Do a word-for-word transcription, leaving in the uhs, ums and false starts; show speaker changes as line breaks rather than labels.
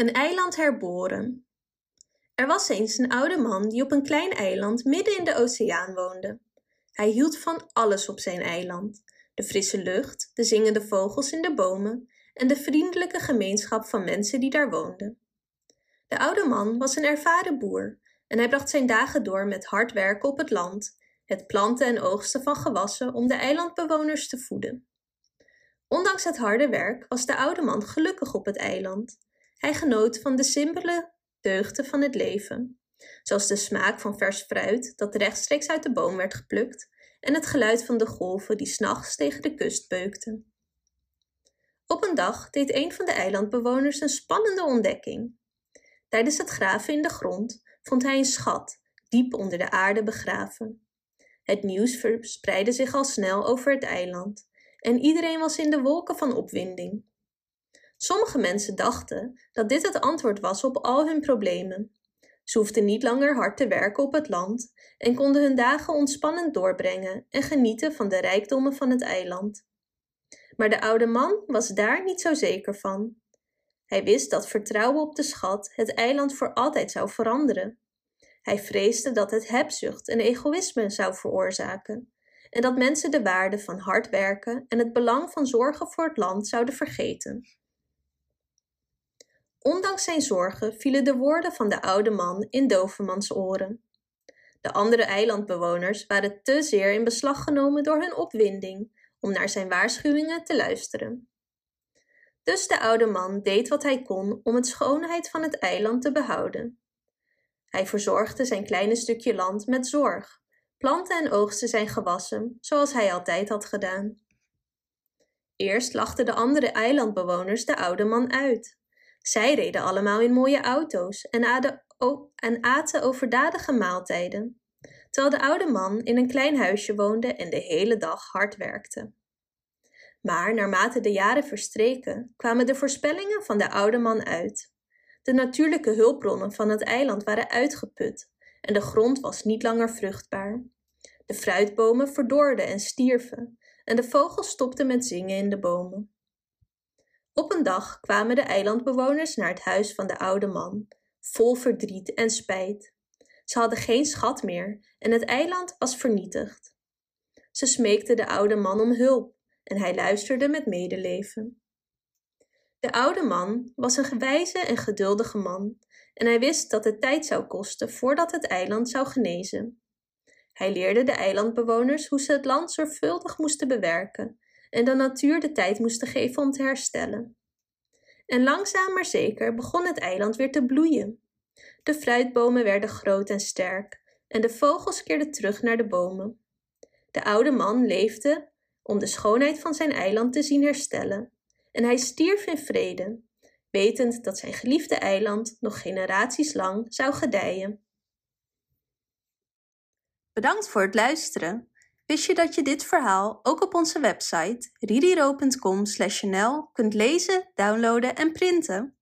Een eiland herboren. Er was eens een oude man die op een klein eiland midden in de oceaan woonde. Hij hield van alles op zijn eiland: de frisse lucht, de zingende vogels in de bomen en de vriendelijke gemeenschap van mensen die daar woonden. De oude man was een ervaren boer en hij bracht zijn dagen door met hard werken op het land, het planten en oogsten van gewassen om de eilandbewoners te voeden. Ondanks het harde werk was de oude man gelukkig op het eiland. Hij genoot van de simpele deugden van het leven, zoals de smaak van vers fruit dat rechtstreeks uit de boom werd geplukt en het geluid van de golven die 's nachts tegen de kust beukten. Op een dag deed een van de eilandbewoners een spannende ontdekking. Tijdens het graven in de grond vond hij een schat, diep onder de aarde begraven. Het nieuws verspreidde zich al snel over het eiland en iedereen was in de wolken van opwinding. Sommige mensen dachten dat dit het antwoord was op al hun problemen. Ze hoefden niet langer hard te werken op het land en konden hun dagen ontspannend doorbrengen en genieten van de rijkdommen van het eiland. Maar de oude man was daar niet zo zeker van. Hij wist dat vertrouwen op de schat het eiland voor altijd zou veranderen. Hij vreesde dat het hebzucht en egoïsme zou veroorzaken en dat mensen de waarde van hard werken en het belang van zorgen voor het land zouden vergeten. Ondanks zijn zorgen vielen de woorden van de oude man in dovemans oren. De andere eilandbewoners waren te zeer in beslag genomen door hun opwinding om naar zijn waarschuwingen te luisteren. Dus de oude man deed wat hij kon om het schoonheid van het eiland te behouden. Hij verzorgde zijn kleine stukje land met zorg, plantte en oogste zijn gewassen zoals hij altijd had gedaan. Eerst lachten de andere eilandbewoners de oude man uit. Zij reden allemaal in mooie auto's en aten, en aten overdadige maaltijden, terwijl de oude man in een klein huisje woonde en de hele dag hard werkte. Maar naarmate de jaren verstreken, kwamen de voorspellingen van de oude man uit. De natuurlijke hulpbronnen van het eiland waren uitgeput en de grond was niet langer vruchtbaar. De fruitbomen verdorden en stierven en de vogels stopten met zingen in de bomen. Op een dag kwamen de eilandbewoners naar het huis van de oude man, vol verdriet en spijt. Ze hadden geen schat meer en het eiland was vernietigd. Ze smeekten de oude man om hulp en hij luisterde met medeleven. De oude man was een wijze en geduldige man en hij wist dat het tijd zou kosten voordat het eiland zou genezen. Hij leerde de eilandbewoners hoe ze het land zorgvuldig moesten bewerken en de natuur de tijd moesten geven om te herstellen. En langzaam maar zeker begon het eiland weer te bloeien. De fruitbomen werden groot en sterk en de vogels keerden terug naar de bomen. De oude man leefde om de schoonheid van zijn eiland te zien herstellen en hij stierf in vrede, wetend dat zijn geliefde eiland nog generaties lang zou gedijen. Bedankt voor het luisteren. Wist je dat je dit verhaal ook op onze website ririro punt com slash n l kunt lezen, downloaden en printen?